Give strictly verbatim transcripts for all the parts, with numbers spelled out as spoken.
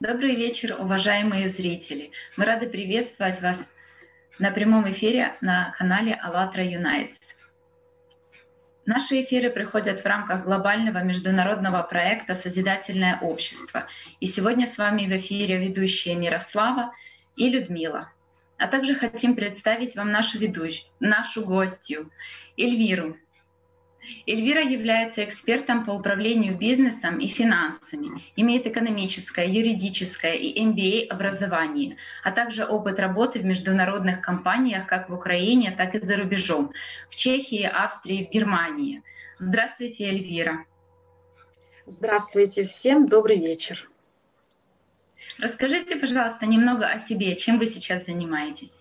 Добрый вечер, уважаемые зрители! Мы рады приветствовать вас на прямом эфире на канале АЛЛАТРА Unites. Наши эфиры проходят в рамках глобального международного проекта «Созидательное общество». И сегодня с вами в эфире ведущие Мирослава и Людмила. А также хотим представить вам нашу ведущую, нашу гостью Эльвиру. Эльвира является экспертом по управлению бизнесом и финансами, имеет экономическое, юридическое и эм би эй образование, а также опыт работы в международных компаниях как в Украине, так и за рубежом, в Чехии, Австрии, в Германии. Здравствуйте, Эльвира. Здравствуйте всем, добрый вечер. Расскажите, пожалуйста, немного о себе, чем вы сейчас занимаетесь?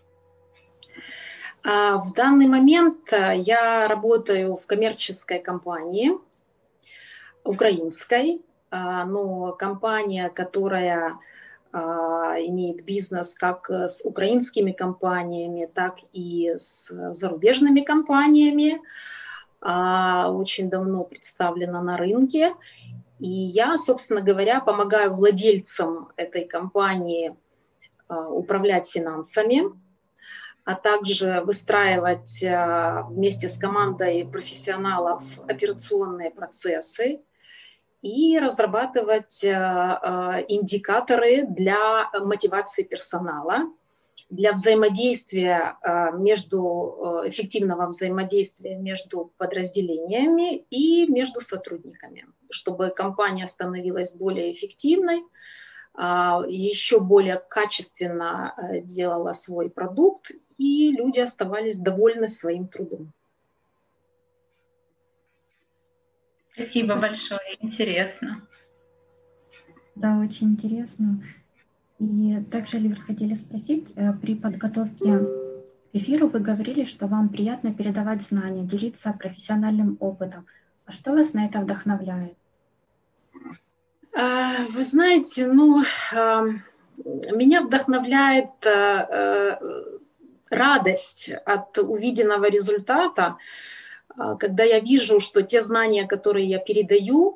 В данный момент я работаю в коммерческой компании, украинской, но компания, которая имеет бизнес как с украинскими компаниями, так и с зарубежными компаниями, очень давно представлена на рынке. И я, собственно говоря, помогаю владельцам этой компании управлять финансами, а также выстраивать вместе с командой профессионалов операционные процессы и разрабатывать индикаторы для мотивации персонала, для взаимодействия между, эффективного взаимодействия между подразделениями и между сотрудниками, чтобы компания становилась более эффективной, еще более качественно делала свой продукт, и люди оставались довольны своим трудом. Спасибо большое, интересно. Да, очень интересно. И также, Эльвира, хотели спросить, при подготовке к эфиру вы говорили, что вам приятно передавать знания, делиться профессиональным опытом. А что вас на это вдохновляет? Вы знаете, ну, меня вдохновляет радость от увиденного результата, когда я вижу, что те знания, которые я передаю,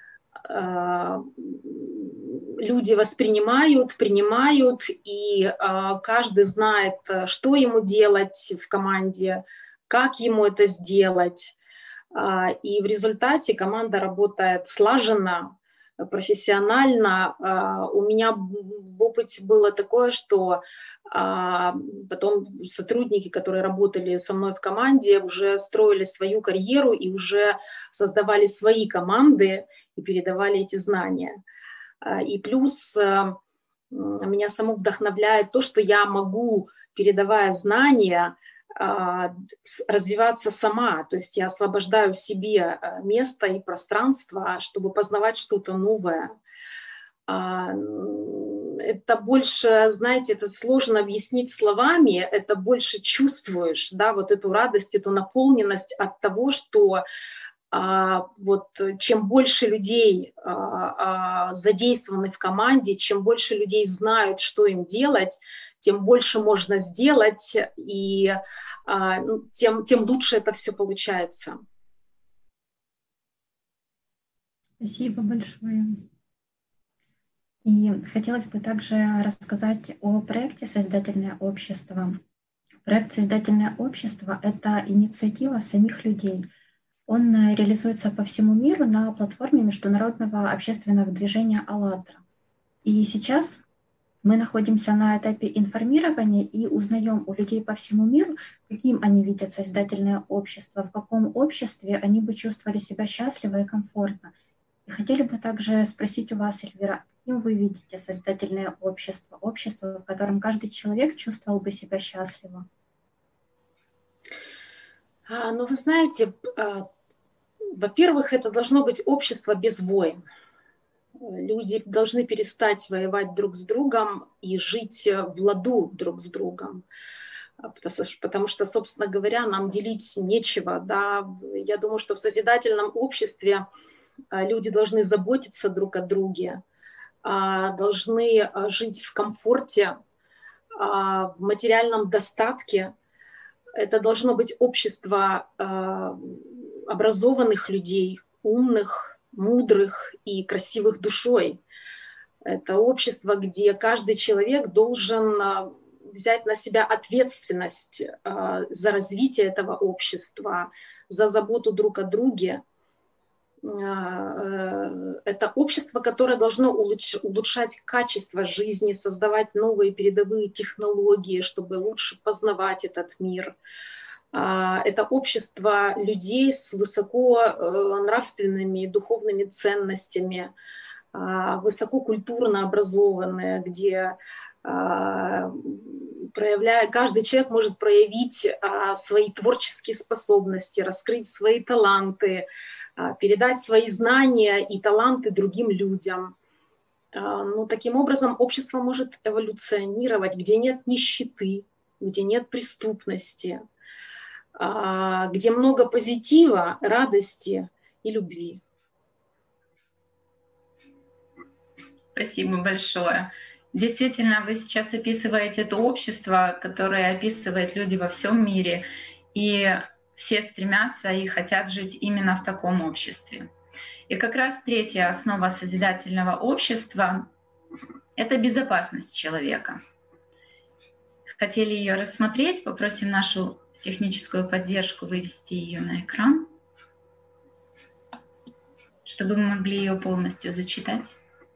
люди воспринимают, принимают, и каждый знает, что ему делать в команде, как ему это сделать. И в результате команда работает слаженно, профессионально. У меня в опыте было такое, что потом сотрудники, которые работали со мной в команде, уже строили свою карьеру и уже создавали свои команды и передавали эти знания. И плюс меня саму вдохновляет то, что я могу, передавая знания, развиваться сама, то есть я освобождаю в себе место и пространство, чтобы познавать что-то новое. Это больше, знаете, это сложно объяснить словами, это больше чувствуешь, да, вот эту радость, эту наполненность от того, что вот чем больше людей задействованы в команде, чем больше людей знают, что им делать, тем больше можно сделать, и тем, тем лучше это все получается. Спасибо большое. И хотелось бы также рассказать о проекте «Созидательное общество». Проект «Созидательное общество» — это инициатива самих людей. Он реализуется по всему миру на платформе международного общественного движения «АЛЛАТРА». И сейчас мы находимся на этапе информирования и узнаем у людей по всему миру, каким они видят созидательное общество, в каком обществе они бы чувствовали себя счастливо и комфортно. И хотели бы также спросить у вас, Эльвира, каким вы видите созидательное общество, общество, в котором каждый человек чувствовал бы себя счастливо? А, ну, вы знаете, во-первых, это должно быть общество без войн. Люди должны перестать воевать друг с другом и жить в ладу друг с другом. Потому что, собственно говоря, нам делить нечего. Да? Я думаю, что в созидательном обществе люди должны заботиться друг о друге, должны жить в комфорте, в материальном достатке. Это должно быть общество образованных людей, умных, мудрых и красивых душой. Это общество, где каждый человек должен взять на себя ответственность за развитие этого общества, за заботу друг о друге. Это общество, которое должно улучшать качество жизни, создавать новые передовые технологии, чтобы лучше познавать этот мир. Это общество людей с высоко нравственными и духовными ценностями, высококультурно образованные, где проявляя, каждый человек может проявить свои творческие способности, раскрыть свои таланты, передать свои знания и таланты другим людям. Ну, таким образом, общество может эволюционировать, где нет нищеты, где нет преступности, где много позитива, радости и любви. Спасибо большое. Действительно, вы сейчас описываете это общество, которое описывает люди во всем мире, и все стремятся и хотят жить именно в таком обществе. И как раз третья основа созидательного общества — это безопасность человека. Хотели ее рассмотреть, попросим нашу техническую поддержку вывести ее на экран, чтобы мы могли ее полностью зачитать.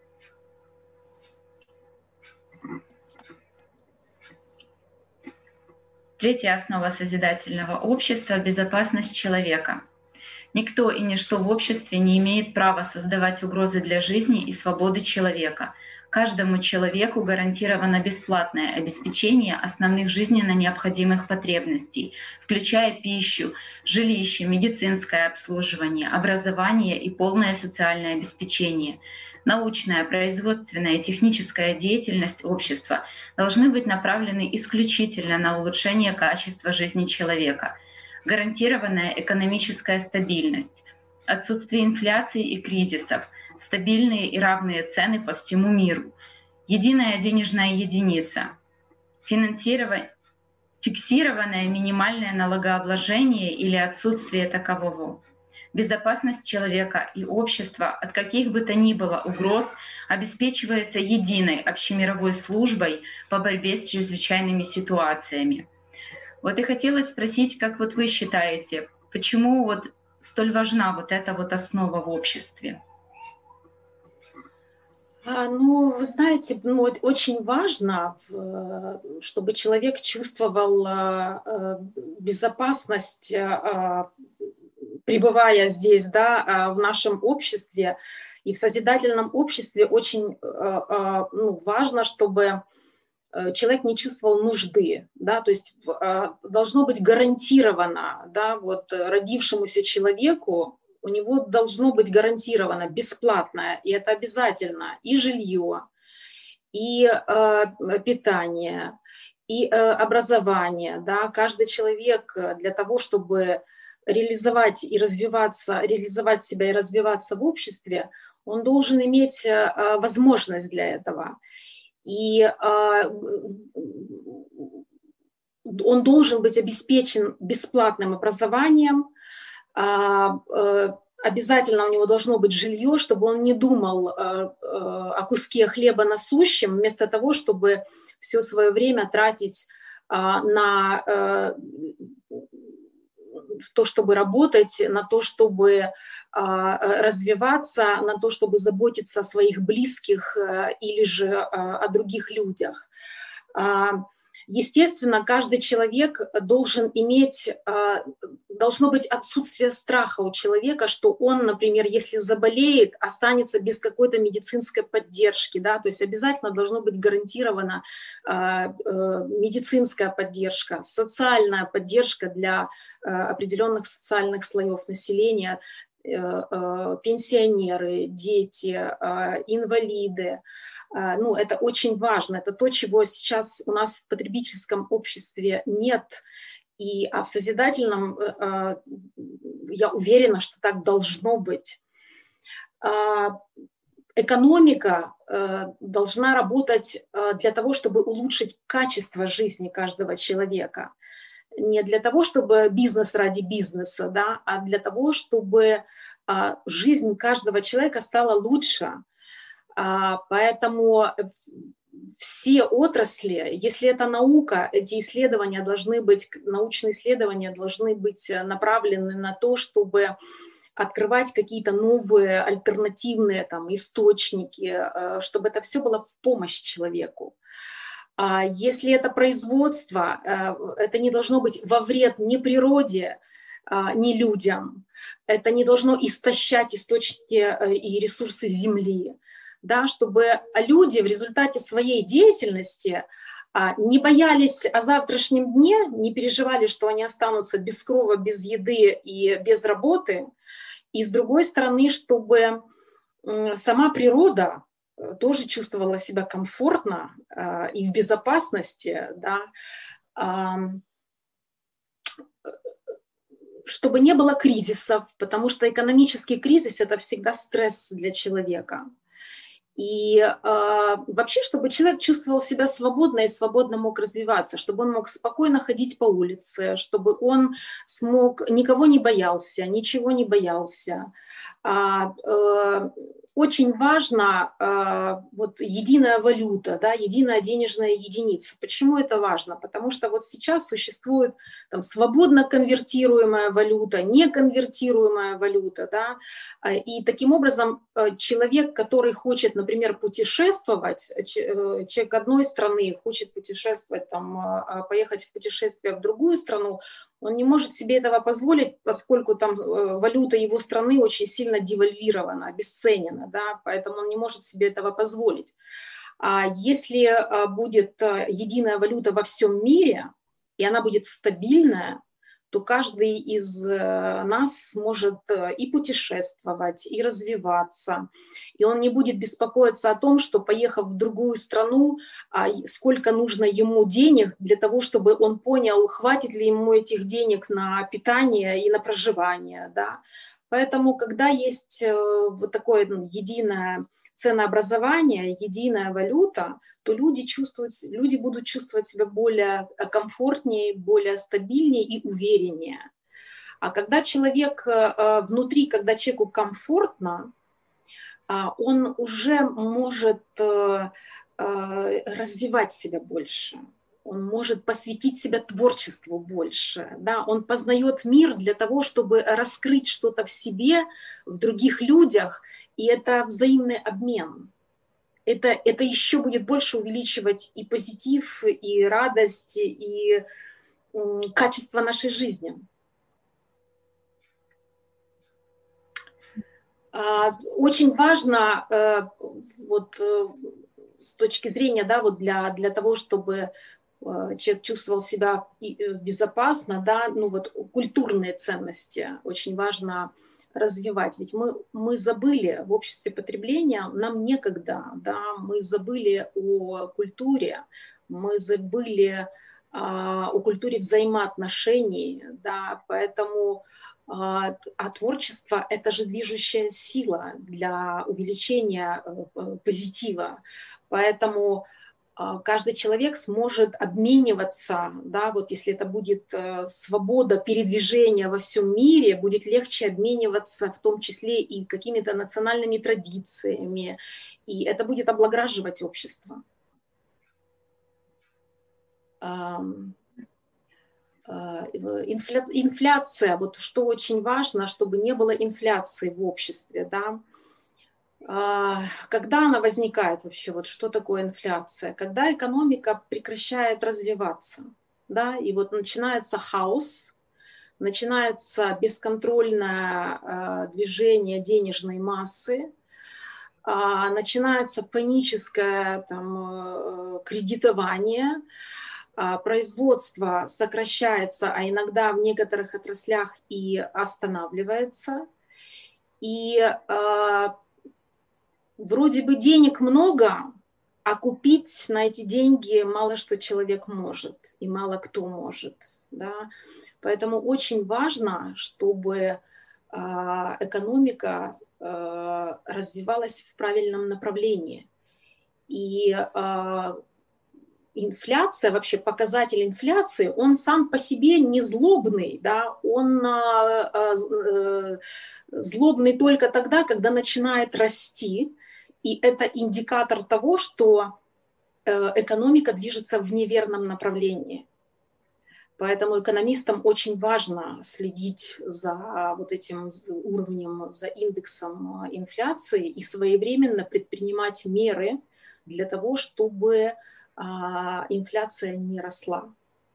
Третья основа созидательного общества — безопасность человека. Никто и ничто в обществе не имеет права создавать угрозы для жизни и свободы человека. Каждому человеку гарантировано бесплатное обеспечение основных жизненно необходимых потребностей, включая пищу, жилище, медицинское обслуживание, образование и полное социальное обеспечение. Научная, производственная и техническая деятельность общества должны быть направлены исключительно на улучшение качества жизни человека. Гарантированная экономическая стабильность, отсутствие инфляции и кризисов, стабильные и равные цены по всему миру, единая денежная единица, финансирование, фиксированное минимальное налогообложение или отсутствие такового, безопасность человека и общества от каких бы то ни было угроз обеспечивается единой общемировой службой по борьбе с чрезвычайными ситуациями. Вот и хотелось спросить, как вот вы считаете, почему вот столь важна вот эта вот основа в обществе? Ну, вы знаете, ну, очень важно, чтобы человек чувствовал безопасность, пребывая здесь, да, в нашем обществе. И в созидательном обществе очень ну, важно, чтобы человек не чувствовал нужды, да, то есть должно быть гарантировано, да, вот родившемуся человеку, у него должно быть гарантировано бесплатное, и это обязательно, и жилье, и э, питание, и э, образование, да, каждый человек для того, чтобы реализовать и развиваться, реализовать себя и развиваться в обществе, он должен иметь э, возможность для этого. И э, он должен быть обеспечен бесплатным образованием, э, э, обязательно у него должно быть жилье, чтобы он не думал э, э, о куске хлеба насущем, вместо того, чтобы все свое время тратить э, на э, то, чтобы работать, на то, чтобы э, развиваться, на то, чтобы заботиться о своих близких э, или же э, о других людях. Э, естественно, каждый человек должен иметь, э, должно быть отсутствие страха у человека, что он, например, если заболеет, останется без какой-то медицинской поддержки, да, то есть обязательно должно быть гарантирована э, э, медицинская поддержка, социальная поддержка для э, определенных социальных слоев населения, э, э, пенсионеры, дети, э, инвалиды. Ну, это очень важно, это то, чего сейчас у нас в потребительском обществе нет, и а в созидательном я уверена, что так должно быть. Экономика должна работать для того, чтобы улучшить качество жизни каждого человека. Не для того, чтобы бизнес ради бизнеса, да, а для того, чтобы жизнь каждого человека стала лучше. Поэтому все отрасли, если это наука, эти исследования должны быть, научные исследования должны быть направлены на то, чтобы открывать какие-то новые альтернативные там, источники, чтобы это все было в помощь человеку. Если это производство, это не должно быть во вред ни природе, ни людям. Это не должно истощать источники и ресурсы Земли. Да, чтобы люди в результате своей деятельности не боялись о завтрашнем дне, не переживали, что они останутся без крова, без еды и без работы. И с другой стороны, чтобы сама природа тоже чувствовала себя комфортно и в безопасности, да, чтобы не было кризисов, потому что экономический кризис – это всегда стресс для человека. И э, вообще, чтобы человек чувствовал себя свободно и свободно мог развиваться, чтобы он мог спокойно ходить по улице, чтобы он смог, никого не боялся, ничего не боялся. А, э, очень важно э, вот единая валюта, да, единая денежная единица. Почему это важно? Потому что вот сейчас существует там, свободно конвертируемая валюта, неконвертируемая валюта, да, и таким образом человек, который хочет, например, путешествовать, человек одной страны хочет путешествовать, там, поехать в путешествие в другую страну, он не может себе этого позволить, поскольку там валюта его страны очень сильно девальвирована, обесценена, да, поэтому он не может себе этого позволить. А если будет единая валюта во всем мире, и она будет стабильная, то каждый из нас сможет и путешествовать, и развиваться. И он не будет беспокоиться о том, что, поехав в другую страну, сколько нужно ему денег для того, чтобы он понял, хватит ли ему этих денег на питание и на проживание. Да? Поэтому, когда есть вот такое ну, единое ценообразование, единая валюта, то люди, чувствуют, люди будут чувствовать себя более комфортнее, более стабильнее и увереннее. А когда человек внутри, когда человеку комфортно, он уже может развивать себя больше. Он может посвятить себя творчеству больше, да? Он познает мир для того, чтобы раскрыть что-то в себе, в других людях, и это взаимный обмен. Это, это еще будет больше увеличивать и позитив, и радость, и м, качество нашей жизни. А, очень важно э, вот, э, с точки зрения, да, вот для, для того, чтобы человек чувствовал себя безопасно, да, ну вот культурные ценности очень важно развивать. Ведь мы, мы забыли в обществе потребления, нам некогда, да, мы забыли о культуре, мы забыли а, о культуре взаимоотношений, да, поэтому а, а творчество – это же движущая сила для увеличения а, позитива, поэтому каждый человек сможет обмениваться, да, вот если это будет э, свобода передвижения во всем мире, будет легче обмениваться в том числе и какими-то национальными традициями, и это будет облагораживать общество. Э, э, инфля, инфляция, вот что очень важно, чтобы не было инфляции в обществе, да. Когда она возникает вообще, вот что такое инфляция? Когда экономика прекращает развиваться, да, и вот начинается хаос, начинается бесконтрольное э, движение денежной массы, э, начинается паническое там, э, кредитование, э, производство сокращается, а иногда в некоторых отраслях и останавливается, и э, вроде бы денег много, а купить на эти деньги мало что человек может, и мало кто может. Да? Поэтому очень важно, чтобы экономика развивалась в правильном направлении. И инфляция, вообще показатель инфляции, он сам по себе не злобный, да? Он злобный только тогда, когда начинает расти. и это индикатор того, что экономика движется в неверном направлении. Поэтому экономистам очень важно следить за вот этим уровнем, за индексом инфляции и своевременно предпринимать меры для того, чтобы инфляция не росла.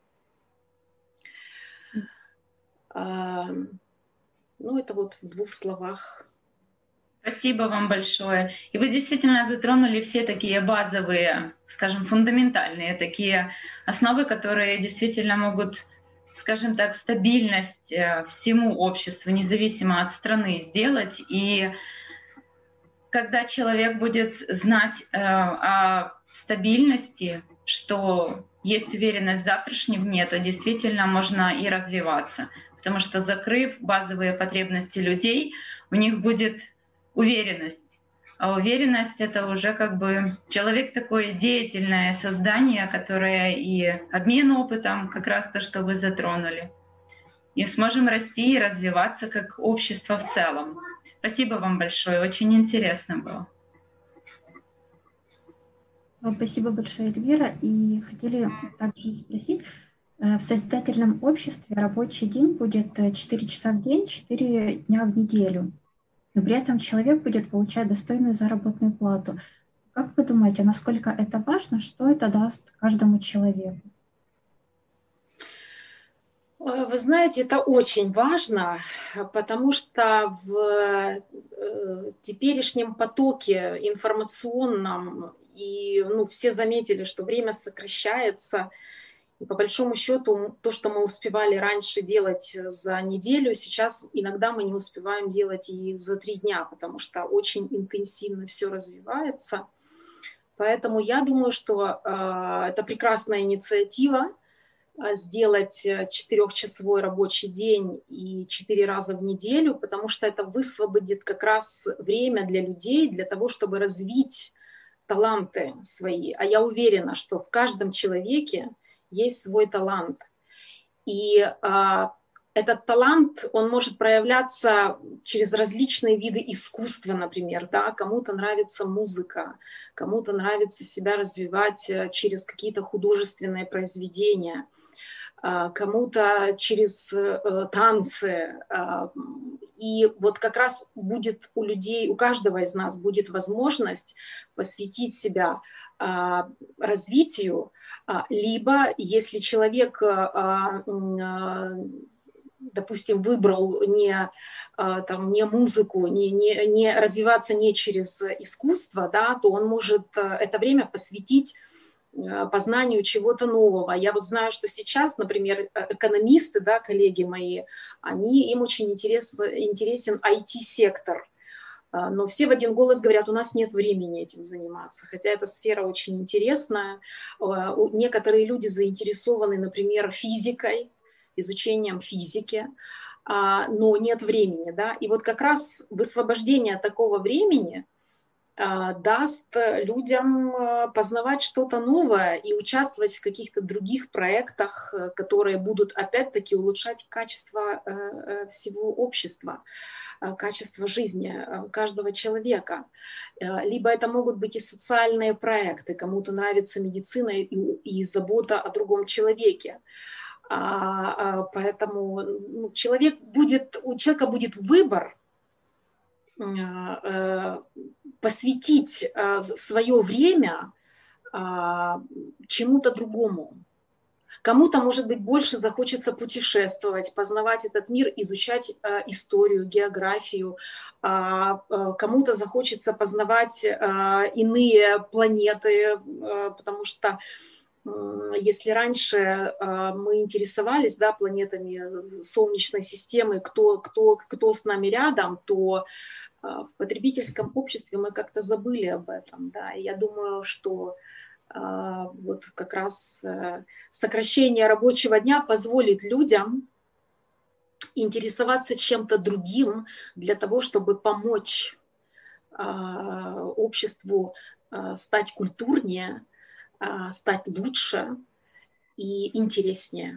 Ну, это вот в двух словах. Спасибо вам большое. И вы действительно затронули все такие базовые, скажем, фундаментальные такие основы, которые действительно могут, скажем так, стабильность всему обществу, независимо от страны, сделать. И когда человек будет знать э, о стабильности, что есть уверенность в завтрашнем дне, то действительно можно и развиваться. Потому что, закрыв базовые потребности людей, у них будет уверенность. А уверенность — это уже как бы человек такое деятельное создание, которое и обмен опытом, как раз то, что вы затронули. И сможем расти и развиваться как общество в целом. Спасибо вам большое, очень интересно было. Спасибо большое, Эльвира. И хотели также спросить, в созидательном обществе рабочий день будет четыре часа в день, четыре дня в неделю. Но при этом человек будет получать достойную заработную плату. Как вы думаете, насколько это важно, что это даст каждому человеку? Вы знаете, это очень важно, потому что в теперешнем потоке информационном, и ну, все заметили, что время сокращается, и по большому счету то, что мы успевали раньше делать за неделю, сейчас иногда мы не успеваем делать и за три дня, потому что очень интенсивно все развивается. Поэтому я думаю, что э, это прекрасная инициатива, сделать четырехчасовой рабочий день и четыре раза в неделю, потому что это высвободит как раз время для людей, для того, чтобы развить таланты свои. А я уверена, что в каждом человеке есть свой талант. И а, этот талант, он может проявляться через различные виды искусства, например. Да? Кому-то нравится музыка, кому-то нравится себя развивать через какие-то художественные произведения, кому-то через э, танцы. Э, и вот как раз будет у людей, у каждого из нас будет возможность посвятить себя э, развитию, э, либо если человек, э, э, допустим, выбрал не, э, там, не музыку, не, не, не развиваться не через искусство, да, то он может это время посвятить познанию чего-то нового. Я вот знаю, что сейчас, например, экономисты, да, коллеги мои, они, им очень интерес, интересен ай ти-сектор. Но все в один голос говорят, у нас нет времени этим заниматься. Хотя эта сфера очень интересная. Некоторые люди заинтересованы, например, физикой, изучением физики, но нет времени. Да? И вот как раз высвобождение такого времени даст людям познавать что-то новое и участвовать в каких-то других проектах, которые будут опять-таки улучшать качество всего общества, качество жизни каждого человека. Либо это могут быть и социальные проекты, кому-то нравится медицина и, и забота о другом человеке. Поэтому человек будет, у человека будет выбор посвятить свое время чему-то другому. Кому-то, может быть, больше захочется путешествовать, познавать этот мир, изучать историю, географию. Кому-то захочется познавать иные планеты, потому что если раньше мы интересовались, да, планетами Солнечной системы, кто, кто, кто с нами рядом, то в потребительском обществе мы как-то забыли об этом. Да. И я думаю, что вот как раз сокращение рабочего дня позволит людям интересоваться чем-то другим для того, чтобы помочь обществу стать культурнее, стать лучше и интереснее.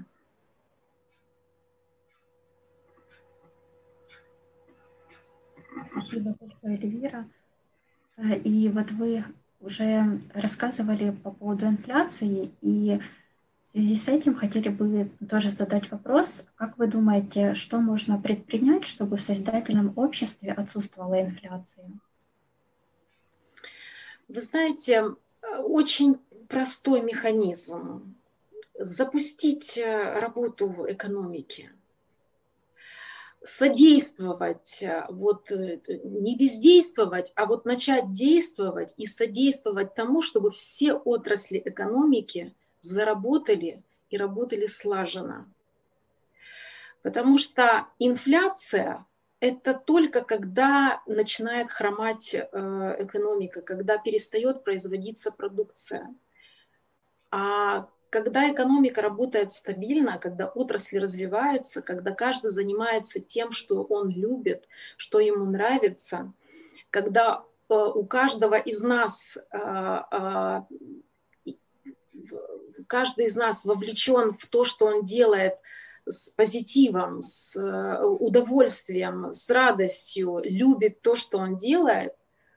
Спасибо большое, Эльвира. И вот вы уже рассказывали по поводу инфляции, и в связи с этим хотели бы тоже задать вопрос, как вы думаете, что можно предпринять, чтобы в созидательном обществе отсутствовала инфляция? Вы знаете, очень простой механизм. Запустить работу экономики, содействовать, вот не бездействовать, а вот начать действовать и содействовать тому, чтобы все отрасли экономики заработали и работали слаженно. Потому что инфляция – это только когда начинает хромать экономика, когда перестает производиться продукция. А когда экономика работает стабильно, когда отрасли развиваются, когда каждый занимается тем, что он любит, что ему нравится, когда у каждого из нас, каждый из нас вовлечен в то, что он делает с позитивом, с удовольствием, с радостью, любит то, что он делает,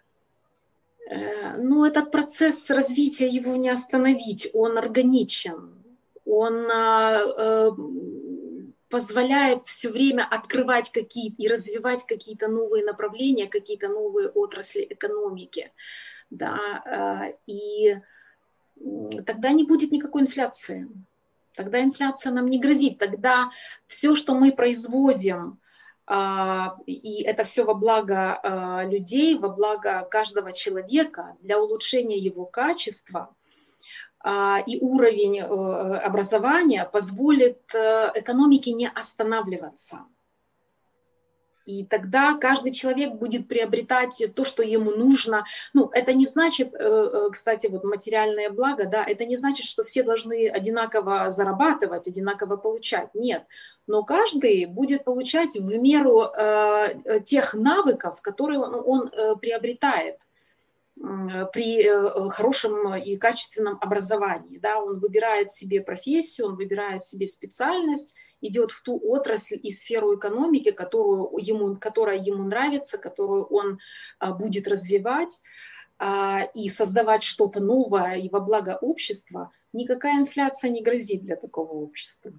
ну, этот процесс развития его не остановить, он органичен, он э, позволяет все время открывать какие-то и развивать какие-то новые направления, какие-то новые отрасли экономики, да, э, и тогда не будет никакой инфляции, тогда инфляция нам не грозит, тогда все, что мы производим, и это все во благо людей, во благо каждого человека, для улучшения его качества и уровень образования позволит экономике не останавливаться. И тогда каждый человек будет приобретать то, что ему нужно. Ну, это не значит, кстати, вот материальное благо, да, это не значит, что все должны одинаково зарабатывать, одинаково получать. Нет. Но каждый будет получать в меру э, тех навыков, которые он, он э, приобретает э, при э, хорошем и качественном образовании. Да? Он выбирает себе профессию, он выбирает себе специальность, идет в ту отрасль и сферу экономики, которую ему, которая ему нравится, которую он э, будет развивать э, и создавать что-то новое и во благо общества. Никакая инфляция не грозит для такого общества.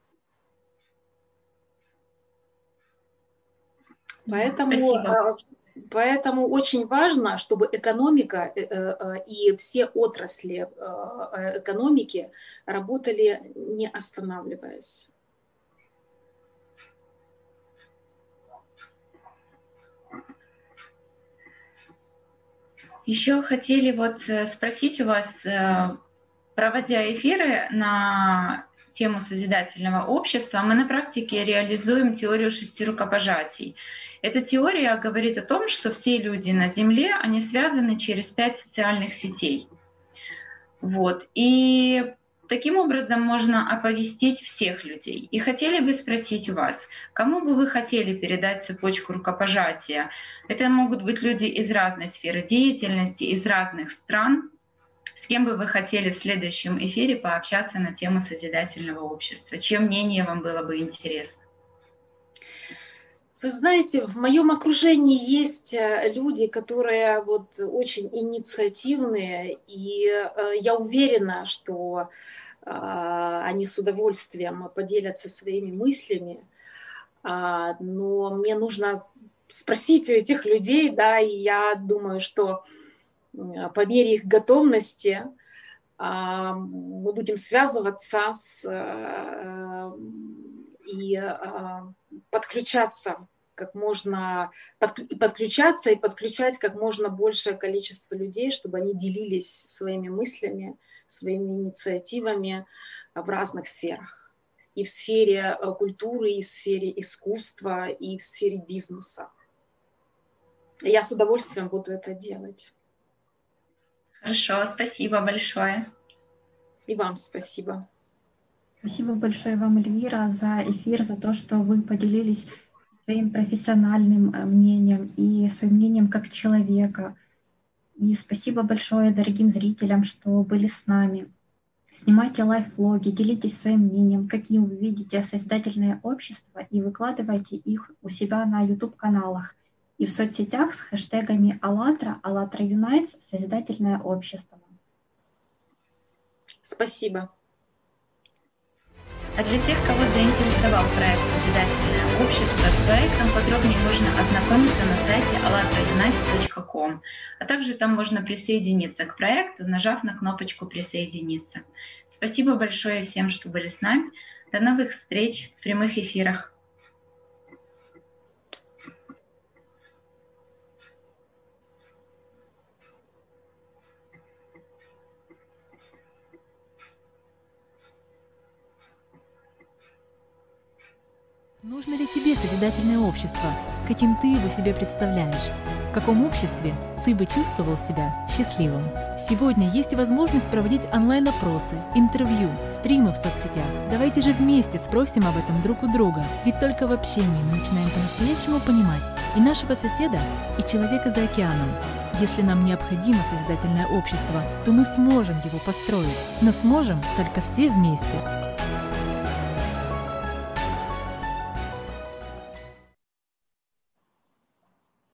Поэтому, поэтому очень важно, чтобы экономика и все отрасли экономики работали, не останавливаясь. Еще хотели вот спросить у вас, проводя эфиры на тему созидательного общества, мы на практике реализуем теорию шести рукопожатий. Эта теория говорит о том, что все люди на Земле, они связаны через пять социальных сетей. Вот. И таким образом можно оповестить всех людей. И хотели бы спросить у вас, кому бы вы хотели передать цепочку рукопожатия? Это могут быть люди из разной сферы деятельности, из разных стран. С кем бы вы хотели в следующем эфире пообщаться на тему созидательного общества? Чье мнение вам было бы интересно? Вы знаете, в моем окружении есть люди, которые вот очень инициативные, и я уверена, что они с удовольствием поделятся своими мыслями, но мне нужно спросить у этих людей, да, и я думаю, что по мере их готовности мы будем связываться с, и подключаться как можно, подключаться и подключать как можно большее количество людей, чтобы они делились своими мыслями, своими инициативами в разных сферах. И в сфере культуры, и в сфере искусства, и в сфере бизнеса. Я с удовольствием буду это делать. Хорошо, спасибо большое. И вам спасибо. Спасибо большое вам, Эльвира, за эфир, за то, что вы поделились своим профессиональным мнением и своим мнением как человека. И спасибо большое дорогим зрителям, что были с нами. Снимайте лайф-влоги, делитесь своим мнением, каким вы видите созидательное общество, и выкладывайте их у себя на YouTube-каналах. и в соцсетях с хэштегами «АЛЛАТРА», «АЛЛАТРА Юнайтс», «Созидательное общество». Спасибо. А для тех, кого заинтересовал проект «Созидательное общество», с проектом подробнее можно ознакомиться на сайте allatra unite точка com, а также там можно присоединиться к проекту, нажав на кнопочку «Присоединиться». Спасибо большое всем, что были с нами. До новых встреч в прямых эфирах. Нужно ли тебе созидательное общество? Каким ты его себе представляешь? В каком обществе ты бы чувствовал себя счастливым? Сегодня есть возможность проводить онлайн-опросы, интервью, стримы в соцсетях. Давайте же вместе спросим об этом друг у друга, ведь только в общении мы начинаем по-настоящему понимать и нашего соседа, и человека за океаном. Если нам необходимо созидательное общество, то мы сможем его построить, но сможем только все вместе.